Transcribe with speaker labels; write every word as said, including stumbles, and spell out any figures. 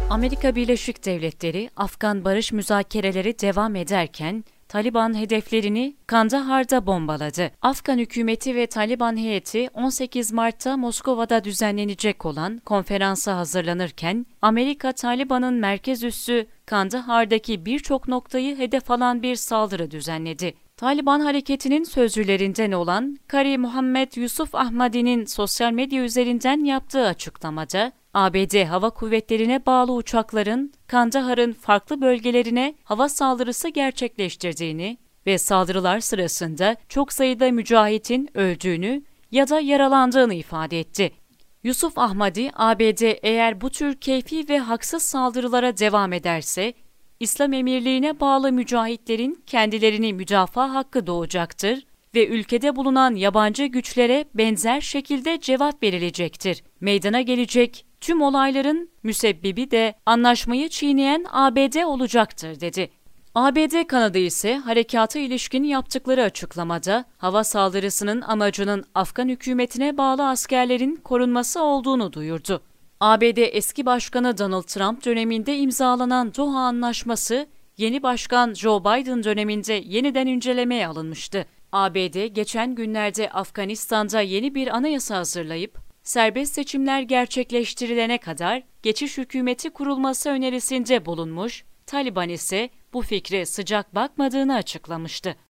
Speaker 1: Amerika Birleşik Devletleri, Afgan barış müzakereleri devam ederken, Taliban hedeflerini Kandahar'da bombaladı. Afgan hükümeti ve Taliban heyeti on sekiz Mart'ta Moskova'da düzenlenecek olan konferansa hazırlanırken, Amerika, Taliban'ın merkez üssü Kandahar'daki birçok noktayı hedef alan bir saldırı düzenledi. Taliban hareketinin sözcülerinden olan Kari Muhammed Yusuf Ahmadi'nin sosyal medya üzerinden yaptığı açıklamada, A B D Hava Kuvvetleri'ne bağlı uçakların Kandahar'ın farklı bölgelerine hava saldırısı gerçekleştirdiğini ve saldırılar sırasında çok sayıda mücahitin öldüğünü ya da yaralandığını ifade etti. Yusuf Ahmadi, A B D eğer bu tür keyfi ve haksız saldırılara devam ederse, İslam Emirliği'ne bağlı mücahitlerin kendilerini müdafaa hakkı doğacaktır ve ülkede bulunan yabancı güçlere benzer şekilde cevap verilecektir. Meydana gelecek tüm olayların müsebbibi de anlaşmayı çiğneyen A B D olacaktır, dedi. A B D kanadı ise harekata ilişkin yaptıkları açıklamada hava saldırısının amacının Afgan hükümetine bağlı askerlerin korunması olduğunu duyurdu. A B D eski başkanı Donald Trump döneminde imzalanan Doha Anlaşması, yeni başkan Joe Biden döneminde yeniden incelemeye alınmıştı. A B D geçen günlerde Afganistan'da yeni bir anayasa hazırlayıp, serbest seçimler gerçekleştirilene kadar geçiş hükümeti kurulması önerisinde bulunmuş, Taliban ise bu fikre sıcak bakmadığını açıklamıştı.